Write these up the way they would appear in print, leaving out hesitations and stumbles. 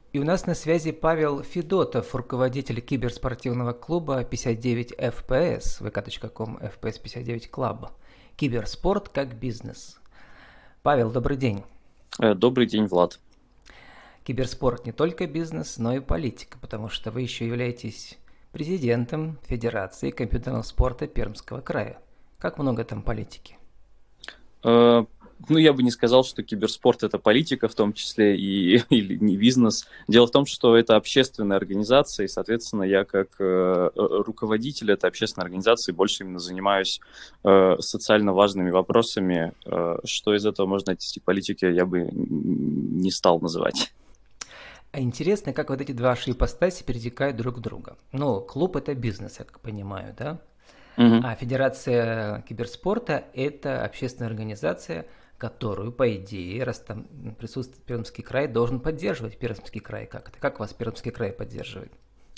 И у нас на связи Павел Федотов, руководитель киберспортивного клуба 59 FPS, vk.com FPS 59 Club. Киберспорт как бизнес. Павел, добрый день. Добрый день, Влад. Киберспорт не только бизнес, но и политика, потому что вы еще являетесь президентом Федерации компьютерного спорта Пермского края. Как много там политики? Я бы не сказал, что киберспорт – это политика в том числе или не бизнес. Дело в том, что это общественная организация, и, соответственно, я как руководитель этой общественной организации больше именно занимаюсь социально важными вопросами. Что из этого можно отнести к политике, я бы не стал называть. А интересно, как вот эти два ваши ипостаси перетекают друг в друга. Ну, клуб – это бизнес, я как понимаю, да? Мгм. А Федерация киберспорта – это общественная организация, которую, по идее, раз там присутствует Пермский край, должен поддерживать Пермский край. Как это? Как вас Пермский край поддерживает?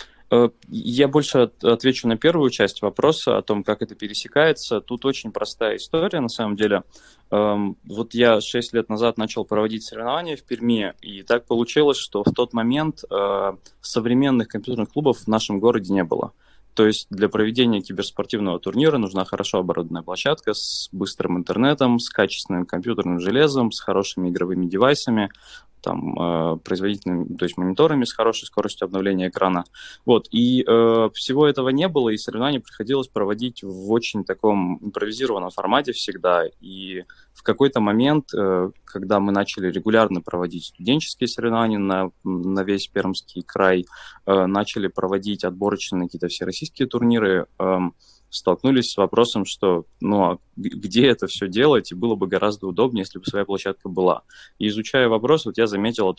Я больше отвечу на первую часть вопроса о том, как это пересекается. Тут очень простая история, на самом деле. Вот я 6 лет назад начал проводить соревнования в Перми, и так получилось, что в тот момент современных компьютерных клубов в нашем городе не было. То есть для проведения киберспортивного турнира нужна хорошо оборудованная площадка с быстрым интернетом, с качественным компьютерным железом, с хорошими игровыми девайсами, производительными, то есть мониторами с хорошей скоростью обновления экрана. Вот, и всего этого не было, и соревнования приходилось проводить в очень таком импровизированном формате всегда. И в какой-то момент, когда мы начали регулярно проводить студенческие соревнования на весь Пермский край, начали проводить отборочные какие-то всероссийские турниры, столкнулись с вопросом, что а где это все делать, и было бы гораздо удобнее, если бы своя площадка была. И изучая вопрос, вот я заметил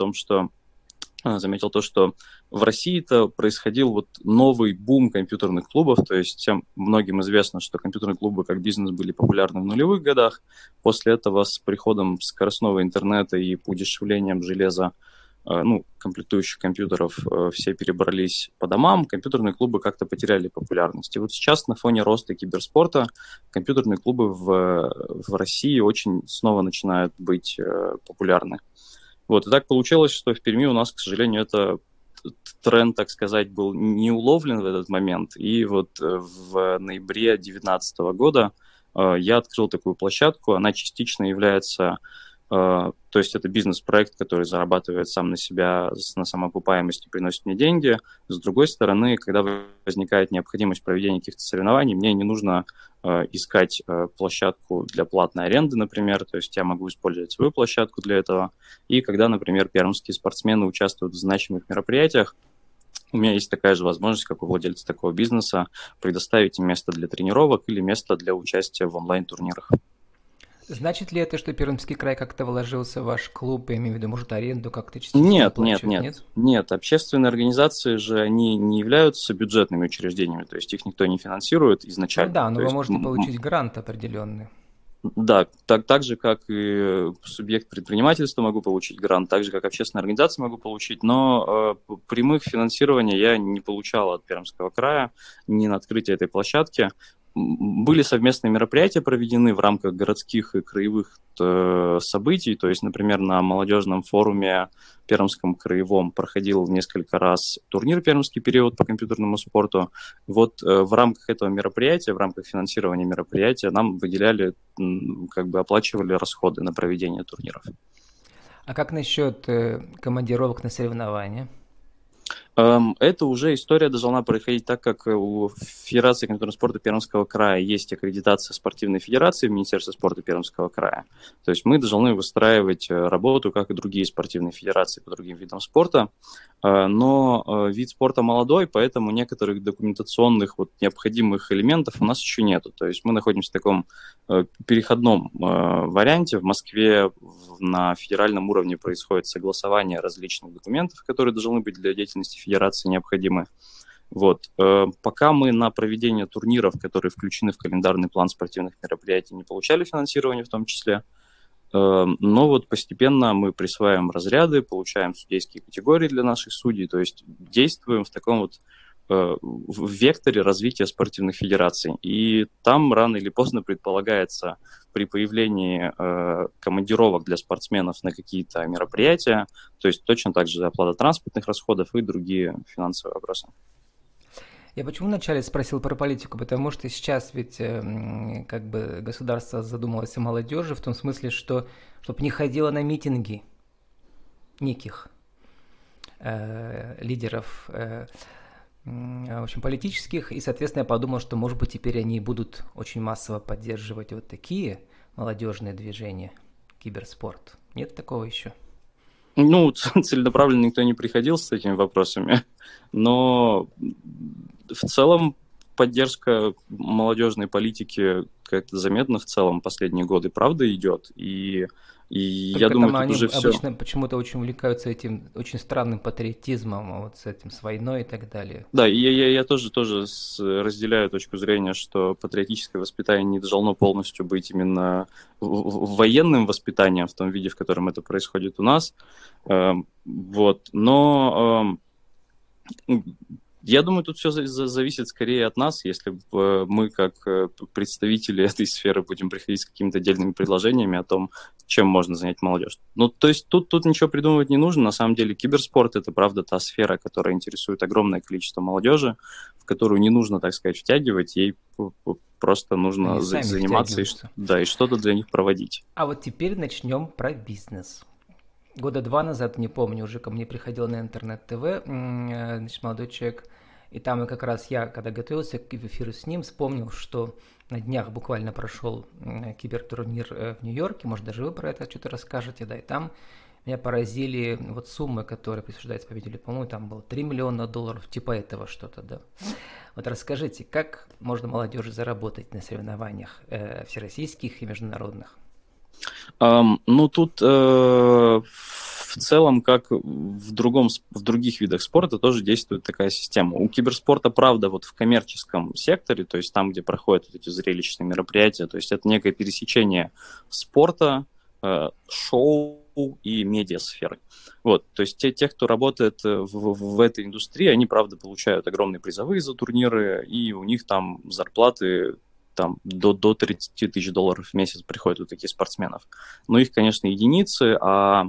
то, что в России-то происходил вот новый бум компьютерных клубов, то есть всем многим известно, что компьютерные клубы как бизнес были популярны в нулевых годах. После этого с приходом скоростного интернета и удешевлением железа, комплектующих компьютеров, все перебрались по домам, компьютерные клубы как-то потеряли популярность. И вот сейчас на фоне роста киберспорта компьютерные клубы в России очень снова начинают быть популярны. Вот, и так получилось, что в Перми у нас, к сожалению, это тренд, так сказать, был не уловлен в этот момент. И вот в ноябре 2019 года я открыл такую площадку. Она частично является, то есть это бизнес-проект, который зарабатывает сам на себя, на самоокупаемости, приносит мне деньги. С другой стороны, когда возникает необходимость проведения каких-то соревнований, мне не нужно искать площадку для платной аренды, например, то есть я могу использовать свою площадку для этого. И когда, например, пермские спортсмены участвуют в значимых мероприятиях, у меня есть такая же возможность, как у владельца такого бизнеса, предоставить им место для тренировок или место для участия в онлайн-турнирах. Значит ли это, что Пермский край как-то вложился в ваш клуб, я имею в виду, может, аренду как-то частично Нет, нет, выплачивает, нет, нет? нет. Общественные организации же, они не являются бюджетными учреждениями, то есть их никто не финансирует Ну изначально. да, но То вы есть, можете получить грант определенный. да, так же, как и субъект предпринимательства могу получить грант, так же, как общественная организация могу получить, но прямых финансирования я не получал от Пермского края ни на открытие этой площадки. Были совместные мероприятия проведены в рамках городских и краевых событий, то есть, например, на молодежном форуме Пермском краевом проходил несколько раз турнир «Пермский период» по компьютерному спорту. Вот в рамках этого мероприятия, в рамках финансирования мероприятия нам выделяли, оплачивали расходы на проведение турниров. А как насчет командировок на соревнования? Это уже история должна происходить так, как у Федерации компьютерного спорта Пермского края есть аккредитация спортивной федерации в Министерстве спорта Пермского края. То есть мы должны выстраивать работу, как и другие спортивные федерации по другим видам спорта. Но вид спорта молодой, поэтому некоторых документационных необходимых элементов у нас еще нету. То есть мы находимся в таком переходном варианте. В Москве на федеральном уровне происходит согласование различных документов, которые должны быть для деятельности федерации необходимы. Вот. Пока мы на проведение турниров, которые включены в календарный план спортивных мероприятий, не получали финансирование в том числе. Но вот постепенно мы присваиваем разряды, получаем судейские категории для наших судей, то есть действуем в таком в векторе развития спортивных федераций. И там рано или поздно предполагается при появлении командировок для спортсменов на какие-то мероприятия, то есть точно так же оплата транспортных расходов и другие финансовые вопросы. Я почему вначале спросил про политику? Потому что сейчас ведь как бы государство задумалось о молодежи в том смысле, что чтобы не ходило на митинги неких лидеров, в общем, политических, и, соответственно, я подумал, что, может быть, теперь они будут очень массово поддерживать вот такие молодежные движения, киберспорт. Нет такого еще? Ну, целенаправленно никто не приходил с этими вопросами, но в целом поддержка молодежной политики как-то заметно в целом последние годы, правда, идет. И я Только думаю, там тут они уже все. обычно почему-то очень увлекаются этим очень странным патриотизмом, вот с этим, с войной и так далее. Да, и я тоже разделяю точку зрения, что патриотическое воспитание не должно полностью быть именно военным воспитанием в том виде, в котором это происходит у нас. Вот. Но я думаю, тут все зависит скорее от нас, если мы, как представители этой сферы, будем приходить с какими-то отдельными предложениями о том, чем можно занять молодежь. Ну, то есть тут ничего придумывать не нужно. На самом деле киберспорт — это, правда, та сфера, которая интересует огромное количество молодежи, в которую не нужно, так сказать, втягивать, ей просто нужно Они сами заниматься и что-то для них проводить. А вот теперь начнем про бизнес. Года 2 назад, не помню, уже ко мне приходил на интернет-ТВ, значит, молодой человек, и там и как раз я, когда готовился к эфиру с ним, вспомнил, что на днях буквально прошел кибертурнир в Нью-Йорке, может, даже вы про это что-то расскажете, да, и там меня поразили вот суммы, которые присуждаются победителю, по-моему, там было $3 миллиона, типа этого что-то, да. Вот расскажите, как можно молодежи заработать на соревнованиях всероссийских и международных? Ну, тут в целом, как в других видах спорта, тоже действует такая система. У киберспорта, правда, вот в коммерческом секторе, то есть там, где проходят вот эти зрелищные мероприятия, то есть это некое пересечение спорта, шоу и медиасферы. Вот, то есть те, кто работает в этой индустрии, они, правда, получают огромные призовые за турниры, и у них там зарплаты там до $30 тысяч в месяц приходят у таких спортсменов. Но их, конечно, единицы, а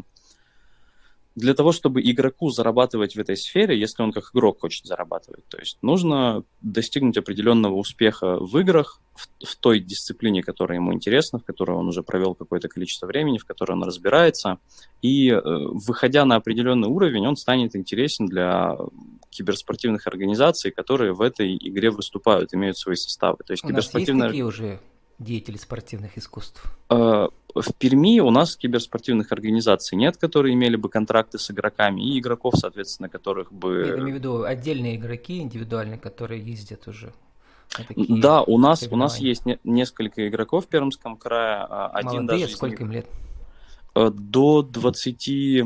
для того, чтобы игроку зарабатывать в этой сфере, если он как игрок хочет зарабатывать, то есть нужно достигнуть определенного успеха в играх, в той дисциплине, которая ему интересна, в которой он уже провел какое-то количество времени, в которой он разбирается, и выходя на определенный уровень, он станет интересен для киберспортивных организаций, которые в этой игре выступают, имеют свои составы. То есть У нас есть такие уже деятели спортивных искусств? В Перми у нас киберспортивных организаций нет, которые имели бы контракты с игроками, и игроков, соответственно, которых бы... Я имею в виду отдельные игроки индивидуальные, которые ездят уже на такие Да, у нас соревнования. есть несколько игроков в Пермском крае. Один Молодые, даже сколько им лет? до 20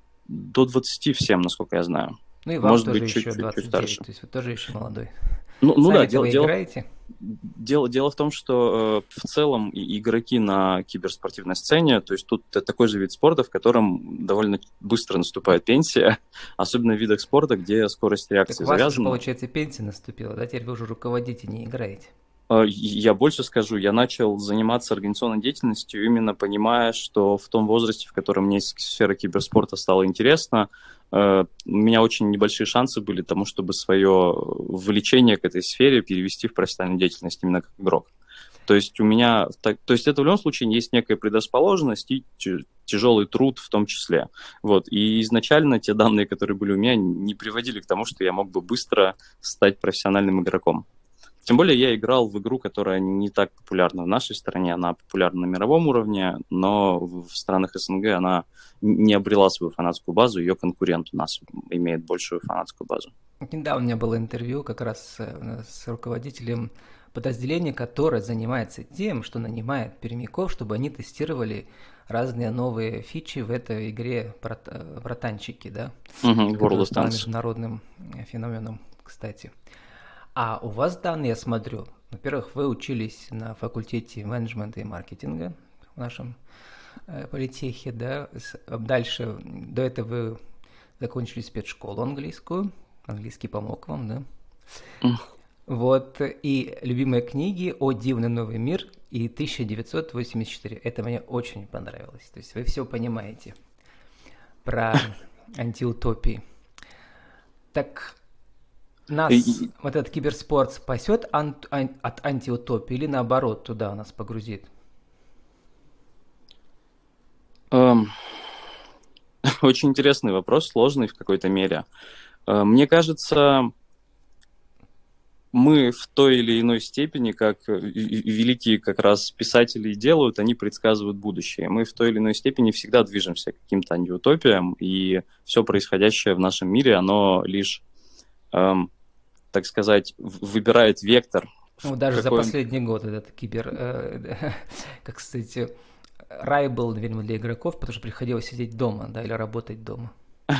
всем, насколько я знаю. Ну и вам Может тоже быть, еще чуть 29, старше. то есть вы тоже еще молодой. Ну да, Сами-то вы играете? Дело в том, что в целом игроки на киберспортивной сцене, то есть тут такой же вид спорта, в котором довольно быстро наступает пенсия, особенно в видах спорта, где скорость реакции Так у вас уже, завязана. получается, пенсия наступила, да? Теперь вы уже руководите, не играете. Я больше скажу, я начал заниматься организационной деятельностью, именно понимая, что в том возрасте, в котором мне сфера киберспорта стала интересна, у меня очень небольшие шансы были тому, чтобы свое влечение к этой сфере перевести в профессиональную деятельность именно как игрок. То есть то есть это в любом случае есть некая предрасположенность и тяжелый труд в том числе. Вот. И изначально те данные, которые были у меня, не приводили к тому, что я мог бы быстро стать профессиональным игроком. Тем более я играл в игру, которая не так популярна в нашей стране, она популярна на мировом уровне, но в странах СНГ она не обрела свою фанатскую базу, ее конкурент у нас имеет большую фанатскую базу. Недавно у меня было интервью как раз с руководителем подразделения, которое занимается тем, что нанимает пермяков, чтобы они тестировали разные новые фичи в этой игре братанчики, да? World of Стала Tanks. международным феноменом, кстати. А у вас данные, я смотрю, во-первых, вы учились на факультете менеджмента и маркетинга в нашем политехе, да, дальше, до этого вы закончили спецшколу английскую, английский помог вам, да, Вот, и любимые книги «О дивный новый мир» и «1984». Это мне очень понравилось. То есть вы все понимаете про антиутопии. Так нас вот этот киберспорт спасет от антиутопии или наоборот туда нас погрузит? Очень интересный вопрос, сложный в какой-то мере. Мне кажется, мы в той или иной степени, как великие как раз писатели делают, они предсказывают будущее. Мы в той или иной степени всегда движемся к каким-то антиутопиям, и все происходящее в нашем мире, оно лишь, так сказать, выбирает вектор. Ну, даже за последний год этот как сказать, рай был, видимо, для игроков, потому что приходилось сидеть дома, да, или работать дома.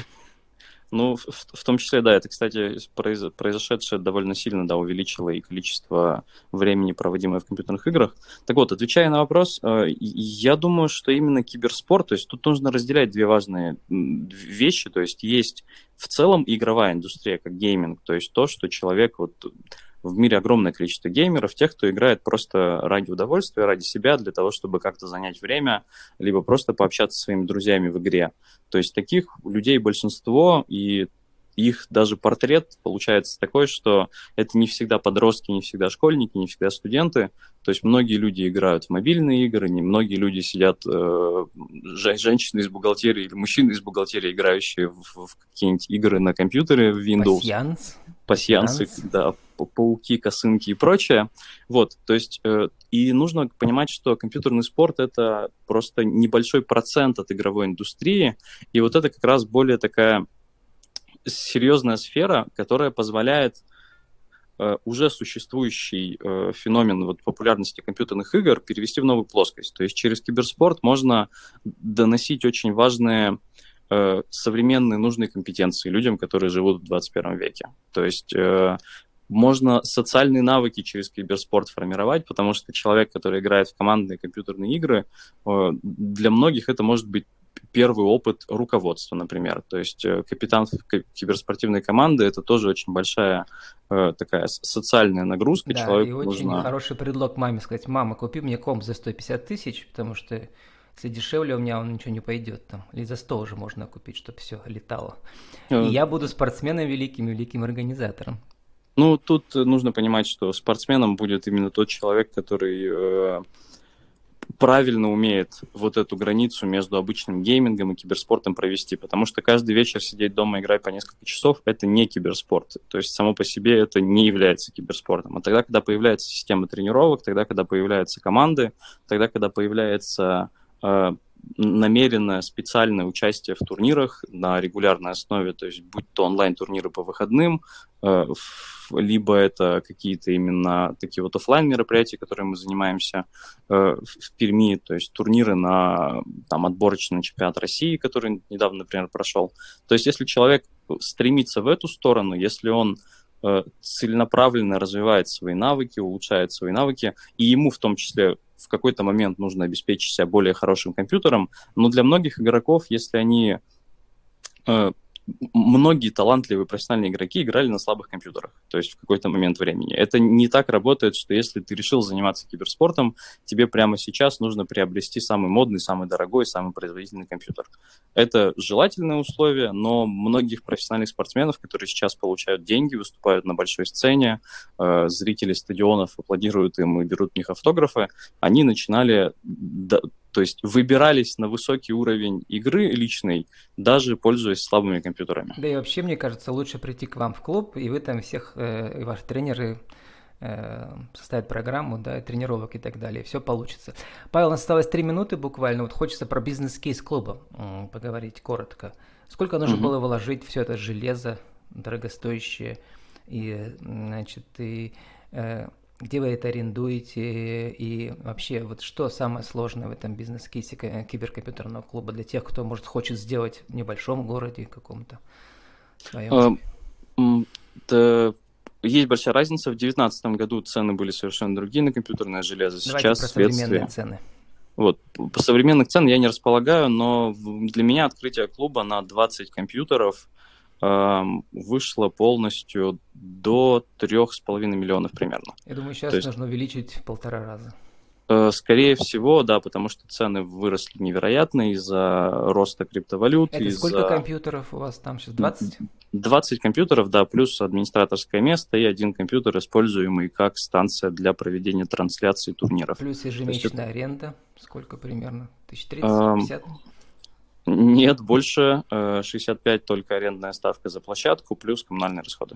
Ну, в том числе, да, это, кстати, произошедшее довольно сильно, да, увеличило и количество времени, проводимое в компьютерных играх. Так вот, отвечая на вопрос, я думаю, что именно киберспорт, то есть тут нужно разделять две важные вещи, то есть есть в целом игровая индустрия, как гейминг, то есть то, что человек вот... В мире огромное количество геймеров, тех, кто играет просто ради удовольствия, ради себя, для того, чтобы как-то занять время, либо просто пообщаться со своими друзьями в игре. То есть таких людей большинство, и их даже портрет получается такой, что это не всегда подростки, не всегда школьники, не всегда студенты. То есть многие люди играют в мобильные игры, не многие люди сидят, женщины из бухгалтерии или мужчины из бухгалтерии, играющие в какие-нибудь игры на компьютере в Windows. Пасьянсы, да, пауки, косынки и прочее. Вот, то есть, и нужно понимать, что компьютерный спорт — это просто небольшой процент от игровой индустрии, и вот это как раз более такая серьезная сфера, которая позволяет уже существующий феномен вот, популярности компьютерных игр перевести в новую плоскость. То есть через киберспорт можно доносить очень важные современные нужные компетенции людям, которые живут в 21 веке. То есть можно социальные навыки через киберспорт формировать, потому что человек, который играет в командные компьютерные игры, для многих это может быть первый опыт руководства, например. То есть капитан киберспортивной команды — это тоже очень большая такая социальная нагрузка. Да, человеку и очень нужно... хороший предлог маме сказать: мама, купи мне комп за 150 тысяч, потому что если дешевле у меня он ничего не пойдет там. Или за 100 уже можно купить, чтобы все летало. И я буду спортсменом великим организатором. Ну, тут нужно понимать, что спортсменом будет именно тот человек, который правильно умеет вот эту границу между обычным геймингом и киберспортом провести, потому что каждый вечер сидеть дома и играть по несколько часов — это не киберспорт. То есть само по себе это не является киберспортом. А тогда, когда появляется система тренировок, тогда, когда появляются команды, тогда, когда появляется намеренное специальное участие в турнирах на регулярной основе, то есть будь то онлайн-турниры по выходным, либо это какие-то именно такие вот офлайн мероприятия, которыми мы занимаемся в Перми, то есть турниры на там, отборочный чемпионат России, который недавно, например, прошел. То есть если человек стремится в эту сторону, если он целенаправленно развивает свои навыки, улучшает свои навыки, и ему в том числе в какой-то момент нужно обеспечить себя более хорошим компьютером, но для многих игроков, если они... Многие талантливые профессиональные игроки играли на слабых компьютерах, то есть в какой-то момент времени. Это не так работает, что если ты решил заниматься киберспортом, тебе прямо сейчас нужно приобрести самый модный, самый дорогой, самый производительный компьютер. Это желательное условие, но многих профессиональных спортсменов, которые сейчас получают деньги, выступают на большой сцене, зрители стадионов аплодируют им и берут у них автографы, они начинали... То есть выбирались на высокий уровень игры личной, даже пользуясь слабыми компьютерами. Да и вообще, мне кажется, лучше прийти к вам в клуб, и вы там всех, и ваши тренеры составят программу, да, тренировок и так далее. Все получится. Павел, у нас осталось 3 минуты буквально. Вот хочется про бизнес-кейс клуба поговорить коротко. Сколько нужно было вложить все это железо дорогостоящее, и, значит, где вы это арендуете, и вообще, вот что самое сложное в этом бизнес-кейсе киберкомпьютерного клуба для тех, кто, может, хочет сделать в небольшом городе каком-то своем? Есть большая разница. В 2019 году цены были совершенно другие на компьютерное железо. Сейчас про современные цены. Вот. По современных цен я не располагаю, но для меня открытие клуба на 20 компьютеров вышло полностью до 3,5 миллионов примерно. Я думаю, То сейчас есть, нужно увеличить в 1,5 раза. скорее всего, да, потому что цены выросли невероятно из-за роста криптовалют, Это сколько из-за компьютеров у вас там сейчас? 20? 20 компьютеров, да, плюс администраторское место и один компьютер, используемый как станция для проведения трансляций турниров. Плюс То есть ежемесячная аренда. Сколько примерно? 1030, эм, 50? нет, больше 65 только арендная ставка за площадку, плюс коммунальные расходы.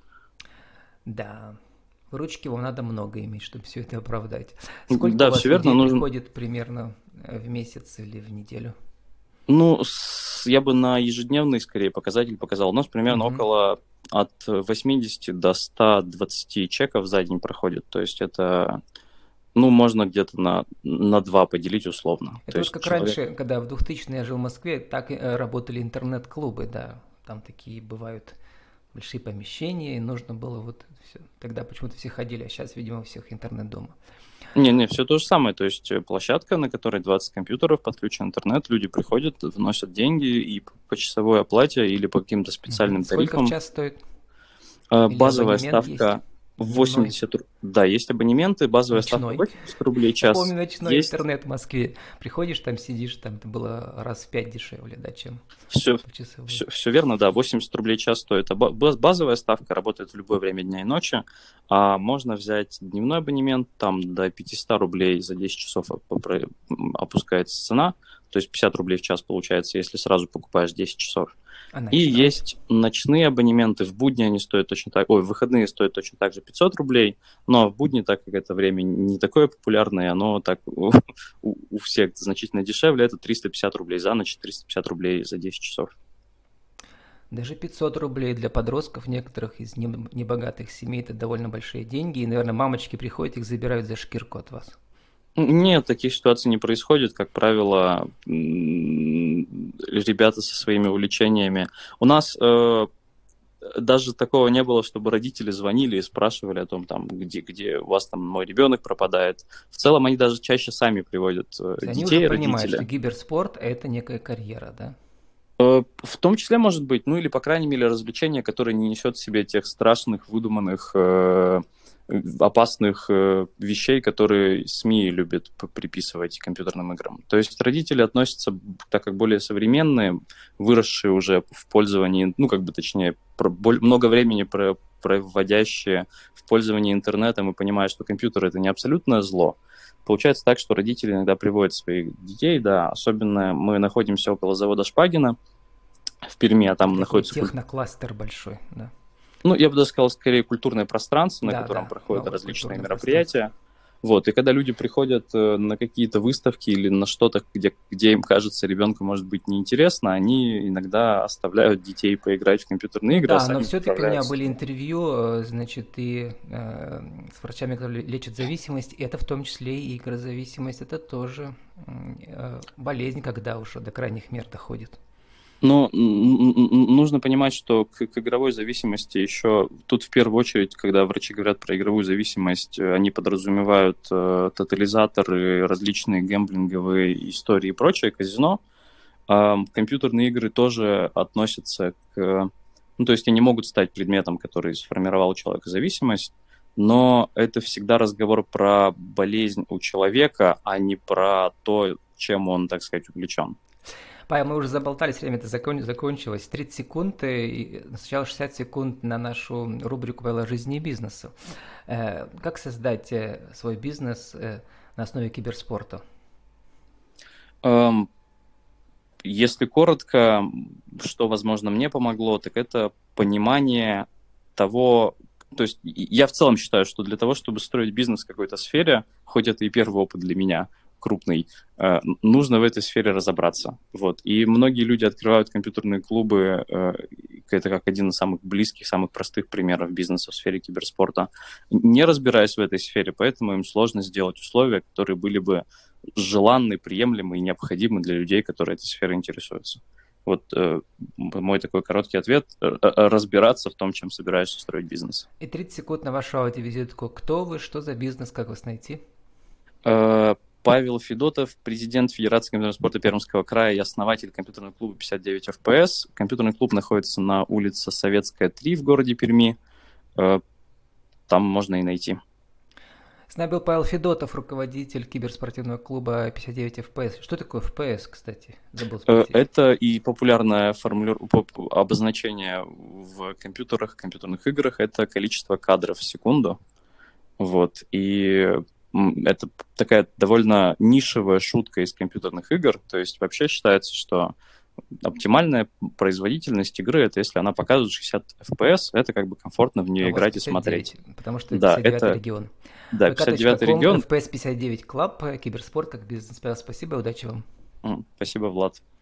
Да. Ручки вам надо много иметь, чтобы все это оправдать. Сколько у Да, все вас верно, людей нужно. приходит примерно в месяц или в неделю? Ну, я бы на ежедневный, скорее, показатель показал. У нас примерно Мгм. около от 80 до 120 чеков за день проходит. То есть это, ну, можно где-то на 2 поделить условно. То Это вот есть как человек. раньше, когда в 2000-е я жил в Москве, так работали интернет-клубы, да. Там такие бывают большие помещения, и нужно было вот все. Тогда почему-то все ходили, а сейчас, видимо, у всех интернет дома. Не, все то же самое. То есть площадка, на которой 20 компьютеров, подключен интернет, люди приходят, вносят деньги и по часовой оплате или по каким-то Мгм. специальным Сколько в тарифам. час стоит? Или Базовая абонемент есть? ставка Дневной, 80 Да, есть абонементы, базовая ставка ночной. 80 рублей в Я помню час. ночной Есть интернет в Москве. Приходишь, там сидишь, там это было раз в 5 дешевле, да, чем все, почасовой. все верно, да, 80 рублей в час стоит. Базовая ставка работает в любое время дня и ночи, а можно взять дневной абонемент, там до 500 рублей за 10 часов опускается цена, то есть 50 рублей в час получается, если сразу покупаешь 10 часов. А И ночной? есть ночные абонементы, в будни они стоят точно так, ой, в выходные стоят точно так же 500 рублей, но в будни, так как это время не такое популярное, оно так у всех значительно дешевле, это 350 рублей за ночь, 350 рублей за 10 часов. Даже 500 рублей для подростков некоторых из небогатых семей это довольно большие деньги. И, наверное, мамочки приходят, их забирают за шкирку от вас. Нет, таких ситуаций не происходит. Как правило, ребята со своими увлечениями. У нас даже такого не было, чтобы родители звонили и спрашивали о том, там, где у вас там мой ребенок пропадает. В целом они даже чаще сами приводят То есть они уже детей, понимают, что родители. киберспорт – это некая карьера, да? В том числе, может быть, ну или, по крайней мере, развлечение, которое не несет в себе тех страшных, выдуманных, опасных вещей, которые СМИ любят приписывать компьютерным играм. То есть родители относятся, так как более современные, выросшие уже в пользовании, ну, как бы точнее, много времени проводящие в пользовании интернетом и понимая, что компьютер — это не абсолютное зло. Получается так, что родители иногда приводят своих детей, да, особенно мы находимся около завода Шпагина в Перми, а там Такой находится, технокластер большой, да. ну, я бы даже сказал, скорее культурное пространство, на Да, котором да, проходят новое различные культурное пространство. мероприятия. Вот, и когда люди приходят на какие-то выставки или на что-то, где им кажется, ребенку может быть неинтересно, они иногда оставляют детей поиграть в компьютерные Ну игры, а да, но сами все-таки у меня отправляются были туда. интервью, значит, и с врачами, которые лечат зависимость, и это в том числе и игрозависимость, это тоже болезнь, когда уже до крайних мер доходит. Но нужно понимать, что к игровой зависимости еще тут в первую очередь, когда врачи говорят про игровую зависимость, они подразумевают тотализаторы, различные гэмблинговые истории и прочее, казино. Компьютерные игры тоже относятся к... Ну, то есть они могут стать предметом, который сформировал у человека зависимость, но это всегда разговор про болезнь у человека, а не про то, чем он, так сказать, увлечен. Павел, мы уже заболтались, время это закончилось. 30 секунд, и сначала 60 секунд на нашу рубрику «Правила жизни и бизнеса». Как создать свой бизнес на основе киберспорта? Эм, Если коротко, что, возможно, мне помогло, так это понимание того, то есть я в целом считаю, что для того, чтобы строить бизнес в какой-то сфере, хоть это и первый опыт для меня, крупный, нужно в этой сфере разобраться. Вот. И многие люди открывают компьютерные клубы, это как один из самых близких, самых простых примеров бизнеса в сфере киберспорта, не разбираясь в этой сфере, поэтому им сложно сделать условия, которые были бы желанны, приемлемы и необходимы для людей, которые этой сферой интересуются. Вот мой такой короткий ответ – разбираться в том, чем собираешься строить бизнес. И 30 секунд на вашу аудиовизитку. Кто вы, что за бизнес, как вас найти? Павел Федотов, президент Федерации компьютерного спорта Пермского края и основатель компьютерного клуба 59 FPS. Компьютерный клуб находится на улице Советская, 3 в городе Перми. Там можно и найти. С нами был Павел Федотов, руководитель киберспортивного клуба 59 FPS. Что такое FPS, кстати? Забыл спросить. Это и популярное обозначение в компьютерах, компьютерных играх. Это количество кадров в секунду. Вот. И это такая довольно нишевая шутка из компьютерных игр. То есть вообще считается, что оптимальная производительность игры — это если она показывает 60 FPS, это как бы комфортно в нее играть 59, и смотреть. Потому что 59-й регион. Да, 59-й регион. FPS 59 Club, киберспорт как бизнес. Спасибо, удачи вам. Спасибо, Влад.